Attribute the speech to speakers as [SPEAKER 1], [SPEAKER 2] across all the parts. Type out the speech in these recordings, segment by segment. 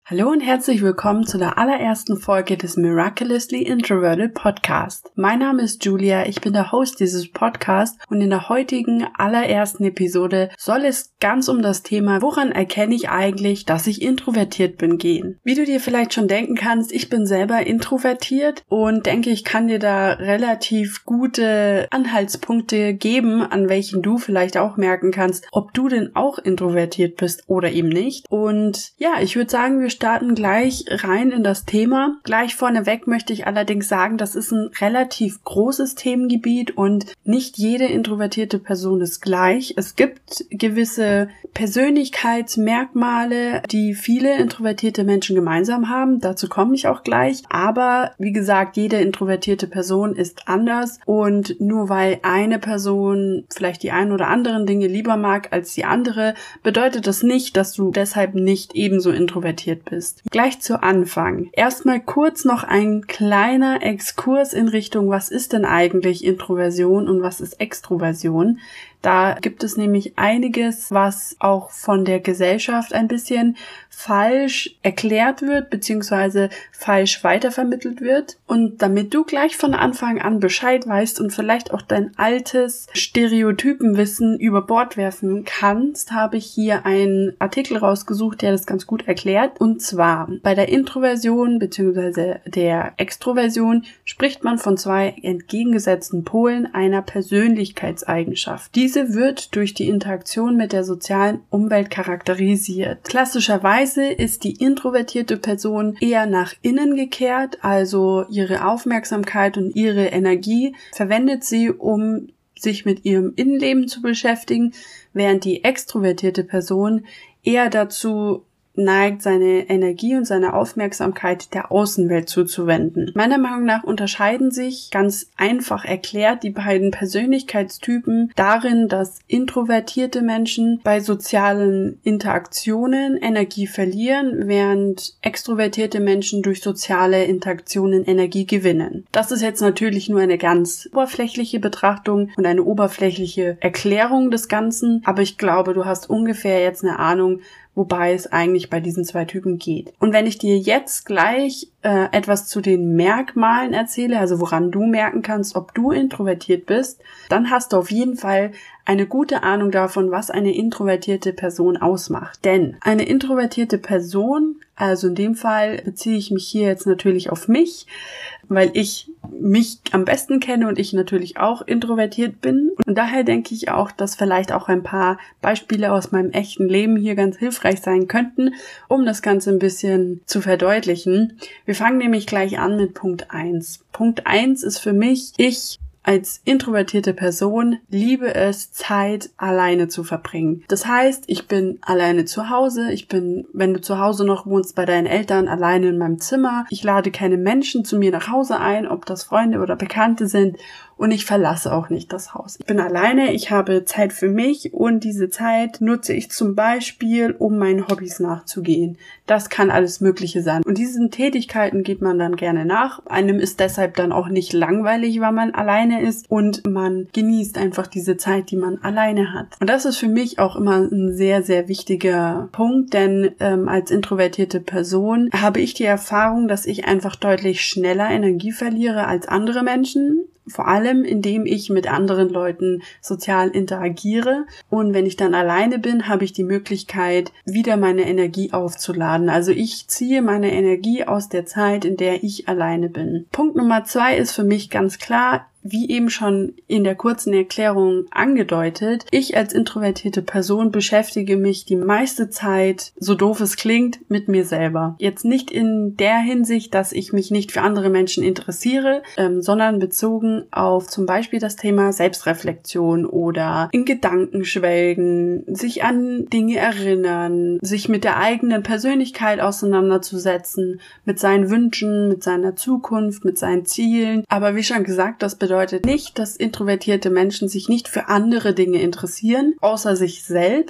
[SPEAKER 1] Hallo und herzlich willkommen zu der allerersten Folge des Miraculously Introverted Podcast. Mein Name ist Julia, ich bin der Host dieses Podcasts und in der heutigen allerersten Episode soll es ganz um das Thema, woran erkenne ich eigentlich, dass ich introvertiert bin, gehen. Wie du dir vielleicht schon denken kannst, ich bin selber introvertiert und denke, ich kann dir da relativ gute Anhaltspunkte geben, an welchen du vielleicht auch merken kannst, ob du denn auch introvertiert bist oder eben nicht. Und ja, ich würde sagen, wir starten gleich rein in das Thema. Gleich vorneweg möchte ich allerdings sagen, das ist ein relativ großes Themengebiet und nicht jede introvertierte Person ist gleich. Es gibt gewisse Persönlichkeitsmerkmale, die viele introvertierte Menschen gemeinsam haben. Dazu komme ich auch gleich. Aber wie gesagt, jede introvertierte Person ist anders und nur weil eine Person vielleicht die ein oder anderen Dinge lieber mag als die andere, bedeutet das nicht, dass du deshalb nicht ebenso introvertiert bist. Gleich zu Anfang. Erstmal kurz noch ein kleiner Exkurs in Richtung, was ist denn eigentlich Introversion und was ist Extroversion? Da gibt es nämlich einiges, was auch von der Gesellschaft ein bisschen falsch erklärt wird, beziehungsweise falsch weitervermittelt wird. Und damit du gleich von Anfang an Bescheid weißt und vielleicht auch dein altes Stereotypenwissen über Bord werfen kannst, habe ich hier einen Artikel rausgesucht, der das ganz gut erklärt. Und zwar, bei der Introversion beziehungsweise der Extroversion spricht man von zwei entgegengesetzten Polen einer Persönlichkeitseigenschaft. Diese wird durch die Interaktion mit der sozialen Umwelt charakterisiert. Klassischerweise ist die introvertierte Person eher nach innen gekehrt, also ihre Aufmerksamkeit und ihre Energie verwendet sie, um sich mit ihrem Innenleben zu beschäftigen, während die extrovertierte Person eher dazu neigt, seine Energie und seine Aufmerksamkeit der Außenwelt zuzuwenden. Meiner Meinung nach unterscheiden sich, ganz einfach erklärt, die beiden Persönlichkeitstypen darin, dass introvertierte Menschen bei sozialen Interaktionen Energie verlieren, während extrovertierte Menschen durch soziale Interaktionen Energie gewinnen. Das ist jetzt natürlich nur eine ganz oberflächliche Betrachtung und eine oberflächliche Erklärung des Ganzen, aber ich glaube, du hast ungefähr jetzt eine Ahnung, wobei es eigentlich bei diesen zwei Typen geht. Und wenn ich dir jetzt gleich etwas zu den Merkmalen erzähle, also woran du merken kannst, ob du introvertiert bist, dann hast du auf jeden Fall eine gute Ahnung davon, was eine introvertierte Person ausmacht. Denn eine introvertierte Person, also in dem Fall beziehe ich mich hier jetzt natürlich auf mich, weil ich mich am besten kenne und ich natürlich auch introvertiert bin. Und daher denke ich auch, dass vielleicht auch ein paar Beispiele aus meinem echten Leben hier ganz hilfreich sein könnten, um das Ganze ein bisschen zu verdeutlichen. Wir fangen nämlich gleich an mit Punkt 1. Punkt 1 ist für mich, ich als introvertierte Person liebe es, Zeit alleine zu verbringen. Das heißt, ich bin alleine zu Hause, ich bin, wenn du zu Hause noch wohnst, bei deinen Eltern alleine in meinem Zimmer. Ich lade keine Menschen zu mir nach Hause ein, ob das Freunde oder Bekannte sind. Und ich verlasse auch nicht das Haus. Ich bin alleine, ich habe Zeit für mich und diese Zeit nutze ich zum Beispiel, um meinen Hobbys nachzugehen. Das kann alles Mögliche sein. Und diesen Tätigkeiten geht man dann gerne nach. Einem ist deshalb dann auch nicht langweilig, weil man alleine ist und man genießt einfach diese Zeit, die man alleine hat. Und das ist für mich auch immer ein sehr, sehr wichtiger Punkt, denn als introvertierte Person habe ich die Erfahrung, dass ich einfach deutlich schneller Energie verliere als andere Menschen. Vor allem, indem ich mit anderen Leuten sozial interagiere. Und wenn ich dann alleine bin, habe ich die Möglichkeit, wieder meine Energie aufzuladen. Also ich ziehe meine Energie aus der Zeit, in der ich alleine bin. Punkt Nummer 2 ist für mich ganz klar, wie eben schon in der kurzen Erklärung angedeutet, ich als introvertierte Person beschäftige mich die meiste Zeit, so doof es klingt, mit mir selber. Jetzt nicht in der Hinsicht, dass ich mich nicht für andere Menschen interessiere, sondern bezogen auf zum Beispiel das Thema Selbstreflexion oder in Gedanken schwelgen, sich an Dinge erinnern, sich mit der eigenen Persönlichkeit auseinanderzusetzen, mit seinen Wünschen, mit seiner Zukunft, mit seinen Zielen. Aber wie schon gesagt, das bedeutet nicht, dass introvertierte Menschen sich nicht für andere Dinge interessieren, außer sich selbst,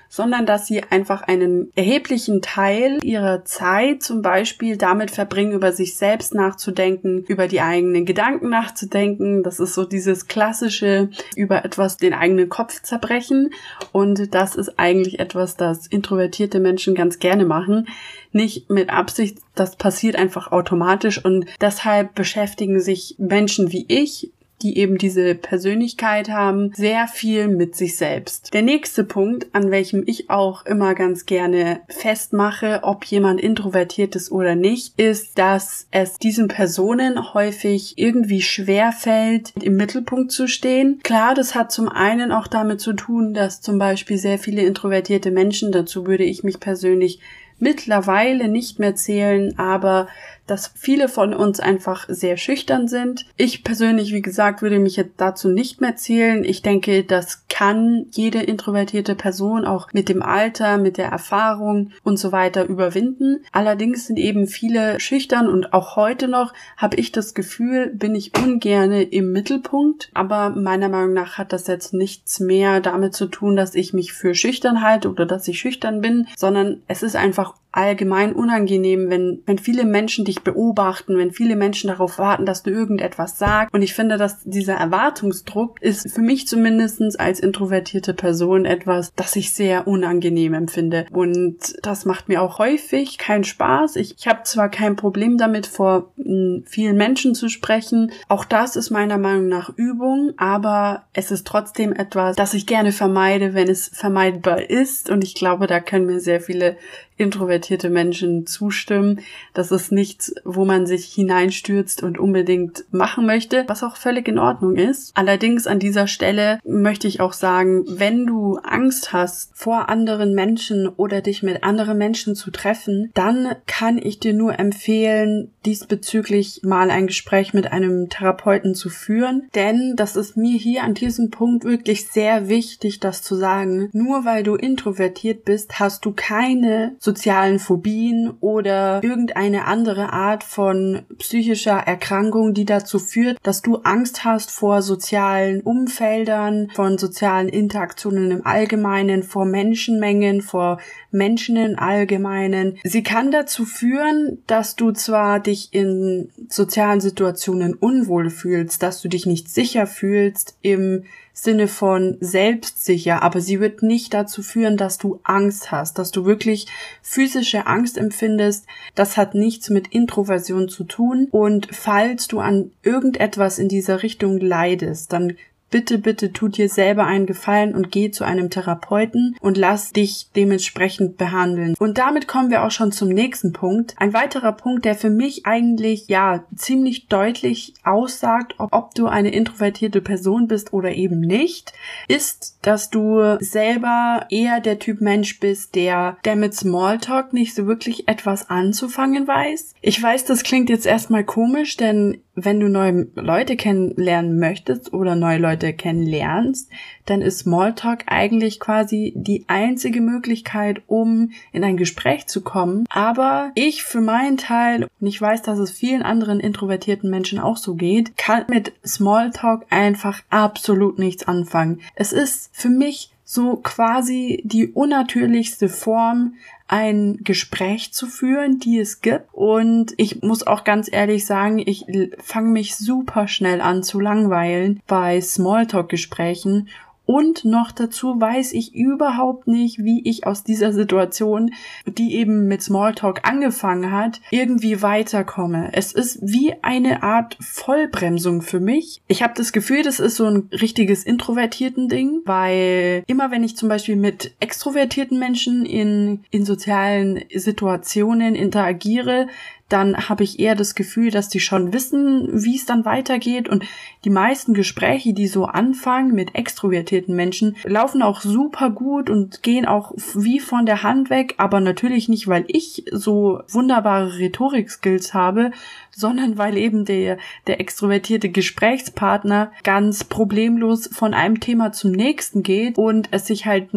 [SPEAKER 1] sondern dass sie einfach einen erheblichen Teil ihrer Zeit zum Beispiel damit verbringen, über sich selbst nachzudenken, über die eigenen Gedanken nachzudenken. Das ist so dieses klassische über etwas den eigenen Kopf zerbrechen, und das ist eigentlich etwas, das introvertierte Menschen ganz gerne machen. Nicht mit Absicht, das passiert einfach automatisch, und deshalb beschäftigen sich Menschen wie ich, die eben diese Persönlichkeit haben, sehr viel mit sich selbst. Der nächste Punkt, an welchem ich auch immer ganz gerne festmache, ob jemand introvertiert ist oder nicht, ist, dass es diesen Personen häufig irgendwie schwer fällt, im Mittelpunkt zu stehen. Klar, das hat zum einen auch damit zu tun, dass zum Beispiel sehr viele introvertierte Menschen, dazu würde ich mich persönlich mittlerweile nicht mehr zählen, aber dass viele von uns einfach sehr schüchtern sind. Ich persönlich, wie gesagt, würde mich jetzt dazu nicht mehr zählen. Ich denke, das kann jede introvertierte Person auch mit dem Alter, mit der Erfahrung und so weiter überwinden. Allerdings sind eben viele schüchtern, und auch heute noch habe ich das Gefühl, bin ich ungerne im Mittelpunkt. Aber meiner Meinung nach hat das jetzt nichts mehr damit zu tun, dass ich mich für schüchtern halte oder dass ich schüchtern bin, sondern es ist einfach allgemein unangenehm, wenn viele Menschen dich beobachten, wenn viele Menschen darauf warten, dass du irgendetwas sagst. Und ich finde, dass dieser Erwartungsdruck ist für mich zumindest als introvertierte Person etwas, das ich sehr unangenehm empfinde. Und das macht mir auch häufig keinen Spaß. Ich habe zwar kein Problem damit, vor vielen Menschen zu sprechen. Auch das ist meiner Meinung nach Übung, aber es ist trotzdem etwas, das ich gerne vermeide, wenn es vermeidbar ist. Und ich glaube, da können mir sehr viele introvertierte Menschen zustimmen. Das ist nichts, wo man sich hineinstürzt und unbedingt machen möchte, was auch völlig in Ordnung ist. Allerdings an dieser Stelle möchte ich auch sagen, wenn du Angst hast vor anderen Menschen oder dich mit anderen Menschen zu treffen, dann kann ich dir nur empfehlen, diesbezüglich mal ein Gespräch mit einem Therapeuten zu führen, denn das ist mir hier an diesem Punkt wirklich sehr wichtig, das zu sagen. Nur weil du introvertiert bist, hast du keine sozialen Phobien oder irgendeine andere Art von psychischer Erkrankung, die dazu führt, dass du Angst hast vor sozialen Umfeldern, von sozialen Interaktionen im Allgemeinen, vor Menschenmengen, vor Menschen im Allgemeinen. Sie kann dazu führen, dass du zwar dich in sozialen Situationen unwohl fühlst, dass du dich nicht sicher fühlst im Sinne von selbstsicher, aber sie wird nicht dazu führen, dass du Angst hast, dass du wirklich physische Angst empfindest. Das hat nichts mit Introversion zu tun, und falls du an irgendetwas in dieser Richtung leidest, dann bitte tu dir selber einen Gefallen und geh zu einem Therapeuten und lass dich dementsprechend behandeln. Und damit kommen wir auch schon zum nächsten Punkt. Ein weiterer Punkt, der für mich eigentlich ziemlich deutlich aussagt, ob du eine introvertierte Person bist oder eben nicht, ist, dass du selber eher der Typ Mensch bist, der mit Smalltalk nicht so wirklich etwas anzufangen weiß. Ich weiß, das klingt jetzt erstmal komisch, denn wenn du neue Leute kennenlernen möchtest oder neue Leute kennenlernst, dann ist Smalltalk eigentlich quasi die einzige Möglichkeit, um in ein Gespräch zu kommen. Aber ich für meinen Teil, und ich weiß, dass es vielen anderen introvertierten Menschen auch so geht, kann mit Smalltalk einfach absolut nichts anfangen. Es ist für mich so quasi die unnatürlichste Form, ein Gespräch zu führen, die es gibt. Und ich muss auch ganz ehrlich sagen, ich fange mich super schnell an zu langweilen bei Smalltalk-Gesprächen. Und noch dazu weiß ich überhaupt nicht, wie ich aus dieser Situation, die eben mit Smalltalk angefangen hat, irgendwie weiterkomme. Es ist wie eine Art Vollbremsung für mich. Ich habe das Gefühl, das ist so ein richtiges introvertierten Ding, weil immer wenn ich zum Beispiel mit extrovertierten Menschen in sozialen Situationen interagiere, dann habe ich eher das Gefühl, dass die schon wissen, wie es dann weitergeht, und die meisten Gespräche, die so anfangen mit extrovertierten Menschen, laufen auch super gut und gehen auch wie von der Hand weg, aber natürlich nicht, weil ich so wunderbare Rhetorik-Skills habe, sondern weil eben der extrovertierte Gesprächspartner ganz problemlos von einem Thema zum nächsten geht und es sich halt nicht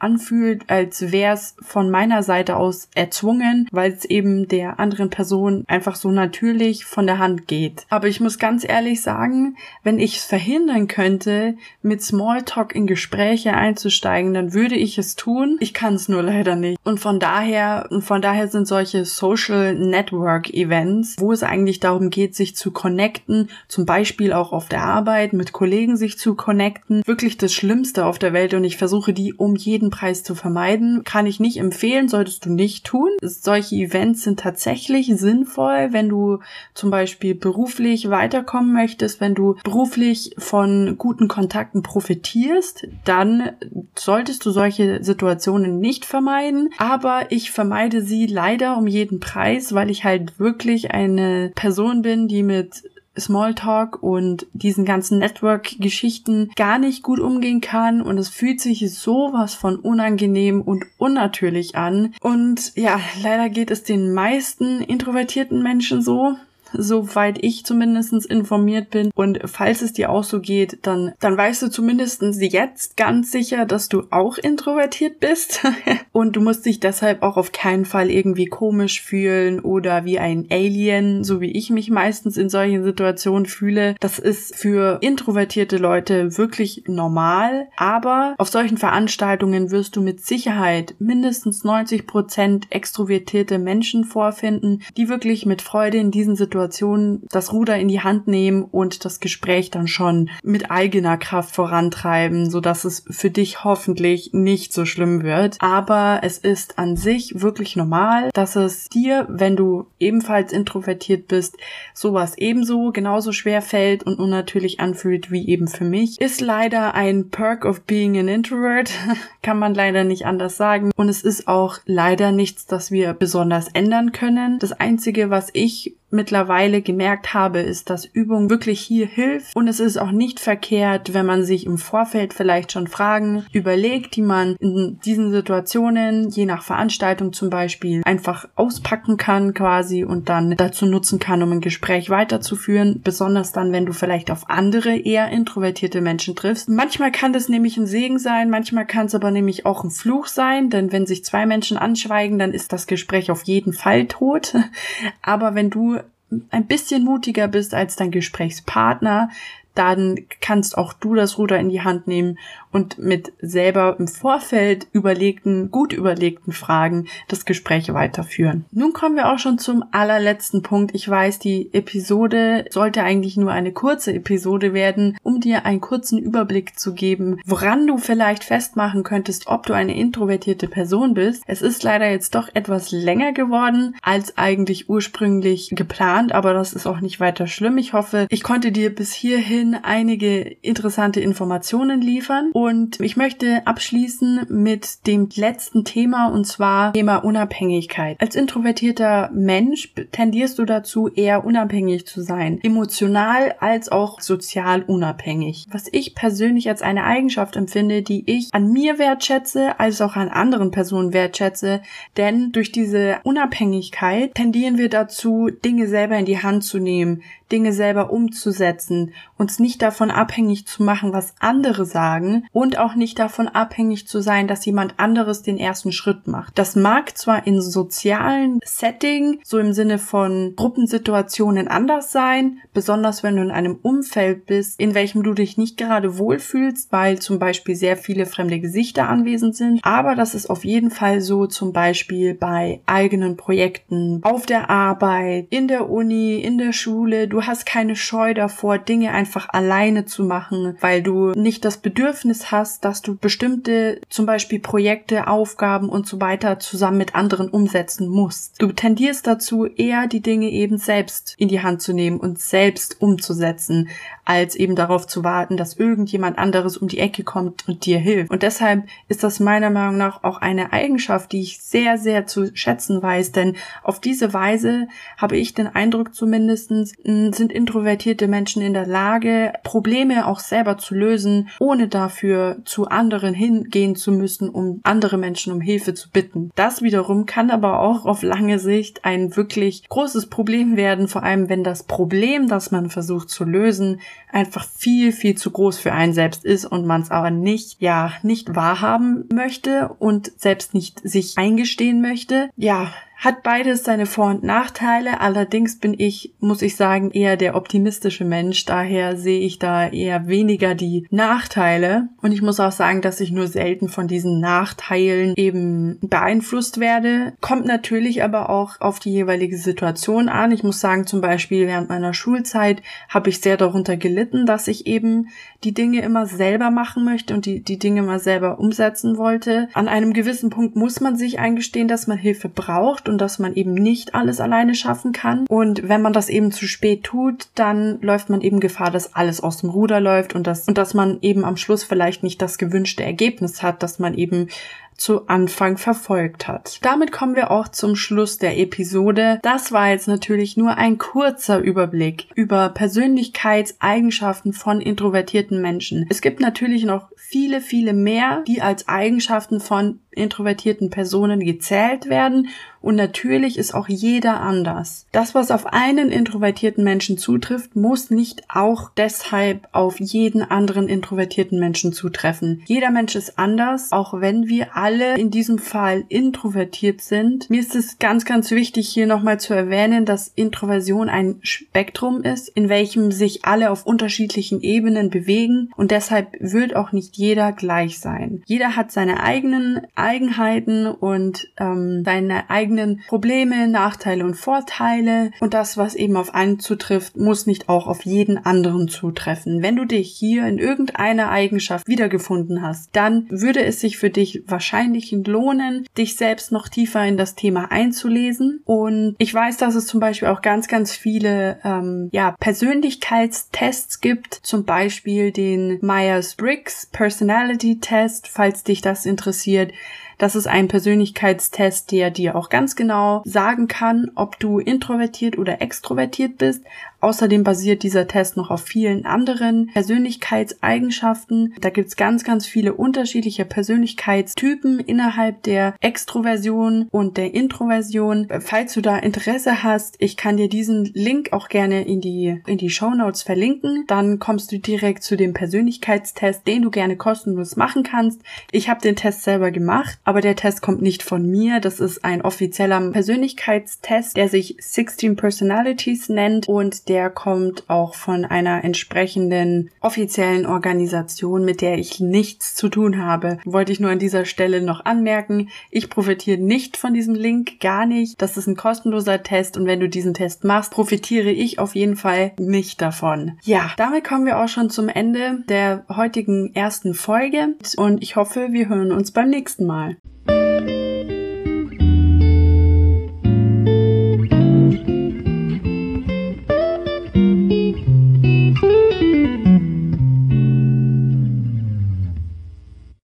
[SPEAKER 1] anfühlt, als wäre es von meiner Seite aus erzwungen, weil es eben der anderen Person einfach so natürlich von der Hand geht. Aber ich muss ganz ehrlich sagen, wenn ich es verhindern könnte, mit Smalltalk in Gespräche einzusteigen, dann würde ich es tun. Ich kann es nur leider nicht. Und von daher sind solche Social Network Events, wo es eigentlich darum geht, sich zu connecten, zum Beispiel auch auf der Arbeit, mit Kollegen sich zu connecten, wirklich das Schlimmste auf der Welt und ich versuche die um jeden Preis zu vermeiden. Kann ich nicht empfehlen, solltest du nicht tun. Solche Events sind tatsächlich sinnvoll, wenn du zum Beispiel beruflich weiterkommen möchtest, wenn du beruflich von guten Kontakten profitierst, dann solltest du solche Situationen nicht vermeiden. Aber ich vermeide sie leider um jeden Preis, weil ich halt wirklich eine Person bin, die mit Smalltalk und diesen ganzen Network-Geschichten gar nicht gut umgehen kann und es fühlt sich sowas von unangenehm und unnatürlich an. Und ja, leider geht es den meisten introvertierten Menschen so. Soweit ich zumindest informiert bin. Und falls es dir auch so geht, dann weißt du zumindest jetzt ganz sicher, dass du auch introvertiert bist. Und du musst dich deshalb auch auf keinen Fall irgendwie komisch fühlen oder wie ein Alien, so wie ich mich meistens in solchen Situationen fühle. Das ist für introvertierte Leute wirklich normal. Aber auf solchen Veranstaltungen wirst du mit Sicherheit mindestens 90% extrovertierte Menschen vorfinden, die wirklich mit Freude in diesen Situationen das Ruder in die Hand nehmen und das Gespräch dann schon mit eigener Kraft vorantreiben, sodass es für dich hoffentlich nicht so schlimm wird. Aber es ist an sich wirklich normal, dass es dir, wenn du ebenfalls introvertiert bist, sowas genauso schwer fällt und unnatürlich anfühlt wie eben für mich. Ist leider ein Perk of being an introvert, kann man leider nicht anders sagen. Und es ist auch leider nichts, das wir besonders ändern können. Das Einzige, was ich mittlerweile gemerkt habe, ist, dass Übung wirklich hier hilft und es ist auch nicht verkehrt, wenn man sich im Vorfeld vielleicht schon Fragen überlegt, die man in diesen Situationen, je nach Veranstaltung zum Beispiel, einfach auspacken kann quasi und dann dazu nutzen kann, um ein Gespräch weiterzuführen, besonders dann, wenn du vielleicht auf andere eher introvertierte Menschen triffst. Manchmal kann das nämlich ein Segen sein, manchmal kann es aber nämlich auch ein Fluch sein, denn wenn sich zwei Menschen anschweigen, dann ist das Gespräch auf jeden Fall tot. Aber wenn du ein bisschen mutiger bist als dein Gesprächspartner, dann kannst auch du das Ruder in die Hand nehmen und mit selber im Vorfeld gut überlegten Fragen das Gespräch weiterführen. Nun kommen wir auch schon zum allerletzten Punkt. Ich weiß, die Episode sollte eigentlich nur eine kurze Episode werden, um dir einen kurzen Überblick zu geben, woran du vielleicht festmachen könntest, ob du eine introvertierte Person bist. Es ist leider jetzt doch etwas länger geworden, als eigentlich ursprünglich geplant, aber das ist auch nicht weiter schlimm. Ich hoffe, ich konnte dir bis hierhin einige interessante Informationen liefern und ich möchte abschließen mit dem letzten Thema und zwar Thema Unabhängigkeit. Als introvertierter Mensch tendierst du dazu, eher unabhängig zu sein, emotional als auch sozial unabhängig. Was ich persönlich als eine Eigenschaft empfinde, die ich an mir wertschätze, als auch an anderen Personen wertschätze, denn durch diese Unabhängigkeit tendieren wir dazu, Dinge selber in die Hand zu nehmen, Dinge selber umzusetzen, uns nicht davon abhängig zu machen, was andere sagen und auch nicht davon abhängig zu sein, dass jemand anderes den ersten Schritt macht. Das mag zwar in sozialen Setting, so im Sinne von Gruppensituationen anders sein, besonders wenn du in einem Umfeld bist, in welchem du dich nicht gerade wohlfühlst, weil zum Beispiel sehr viele fremde Gesichter anwesend sind, aber das ist auf jeden Fall so zum Beispiel bei eigenen Projekten, auf der Arbeit, in der Uni, in der Schule. Du hast keine Scheu davor, Dinge einfach alleine zu machen, weil du nicht das Bedürfnis hast, dass du bestimmte zum Beispiel Projekte, Aufgaben und so weiter zusammen mit anderen umsetzen musst. Du tendierst dazu, eher die Dinge eben selbst in die Hand zu nehmen und selbst umzusetzen, als eben darauf zu warten, dass irgendjemand anderes um die Ecke kommt und dir hilft. Und deshalb ist das meiner Meinung nach auch eine Eigenschaft, die ich sehr, sehr zu schätzen weiß, denn auf diese Weise habe ich den Eindruck zumindestens, sind introvertierte Menschen in der Lage, Probleme auch selber zu lösen, ohne dafür dafür zu anderen hingehen zu müssen, um andere Menschen um Hilfe zu bitten. Das wiederum kann aber auch auf lange Sicht ein wirklich großes Problem werden, vor allem wenn das Problem, das man versucht zu lösen, einfach viel, viel zu groß für einen selbst ist und man es aber nicht wahrhaben möchte und selbst nicht sich eingestehen möchte. Ja, hat beides seine Vor- und Nachteile, allerdings bin ich, muss ich sagen, eher der optimistische Mensch, daher sehe ich da eher weniger die Nachteile und ich muss auch sagen, dass ich nur selten von diesen Nachteilen eben beeinflusst werde. Kommt natürlich aber auch auf die jeweilige Situation an. Ich muss sagen, zum Beispiel während meiner Schulzeit habe ich sehr darunter gelitten, dass ich eben die Dinge immer selber machen möchte und die Dinge mal selber umsetzen wollte. An einem gewissen Punkt muss man sich eingestehen, dass man Hilfe braucht und dass man eben nicht alles alleine schaffen kann. Und wenn man das eben zu spät tut, dann läuft man eben Gefahr, dass alles aus dem Ruder läuft und dass man eben am Schluss vielleicht nicht das gewünschte Ergebnis hat, das man eben zu Anfang verfolgt hat. Damit kommen wir auch zum Schluss der Episode. Das war jetzt natürlich nur ein kurzer Überblick über Persönlichkeitseigenschaften von introvertierten Menschen. Es gibt natürlich noch viele, viele mehr, die als Eigenschaften von introvertierten Personen gezählt werden und natürlich ist auch jeder anders. Das, was auf einen introvertierten Menschen zutrifft, muss nicht auch deshalb auf jeden anderen introvertierten Menschen zutreffen. Jeder Mensch ist anders, auch wenn wir alle in diesem Fall introvertiert sind. Mir ist es ganz, ganz wichtig, hier nochmal zu erwähnen, dass Introversion ein Spektrum ist, in welchem sich alle auf unterschiedlichen Ebenen bewegen und deshalb wird auch nicht jeder gleich sein. Jeder hat seine eigenen Eigenheiten und seine eigenen Probleme, Nachteile und Vorteile und das, was eben auf einen zutrifft, muss nicht auch auf jeden anderen zutreffen. Wenn du dich hier in irgendeiner Eigenschaft wiedergefunden hast, dann würde es sich für dich wahrscheinlich lohnen, dich selbst noch tiefer in das Thema einzulesen und ich weiß, dass es zum Beispiel auch ganz, ganz viele Persönlichkeitstests gibt, zum Beispiel den Myers-Briggs Personality Test, falls dich das interessiert. Das ist ein Persönlichkeitstest, der dir auch ganz genau sagen kann, ob du introvertiert oder extrovertiert bist. Außerdem basiert dieser Test noch auf vielen anderen Persönlichkeitseigenschaften. Da gibt's ganz, ganz viele unterschiedliche Persönlichkeitstypen innerhalb der Extroversion und der Introversion. Falls du da Interesse hast, ich kann dir diesen Link auch gerne in die Shownotes verlinken. Dann kommst du direkt zu dem Persönlichkeitstest, den du gerne kostenlos machen kannst. Ich habe den Test selber gemacht, aber der Test kommt nicht von mir. Das ist ein offizieller Persönlichkeitstest, der sich 16 Personalities nennt und der kommt auch von einer entsprechenden offiziellen Organisation, mit der ich nichts zu tun habe. Wollte ich nur an dieser Stelle noch anmerken. Ich profitiere nicht von diesem Link, gar nicht. Das ist ein kostenloser Test und wenn du diesen Test machst, profitiere ich auf jeden Fall nicht davon. Ja, damit kommen wir auch schon zum Ende der heutigen ersten Folge und ich hoffe, wir hören uns beim nächsten Mal.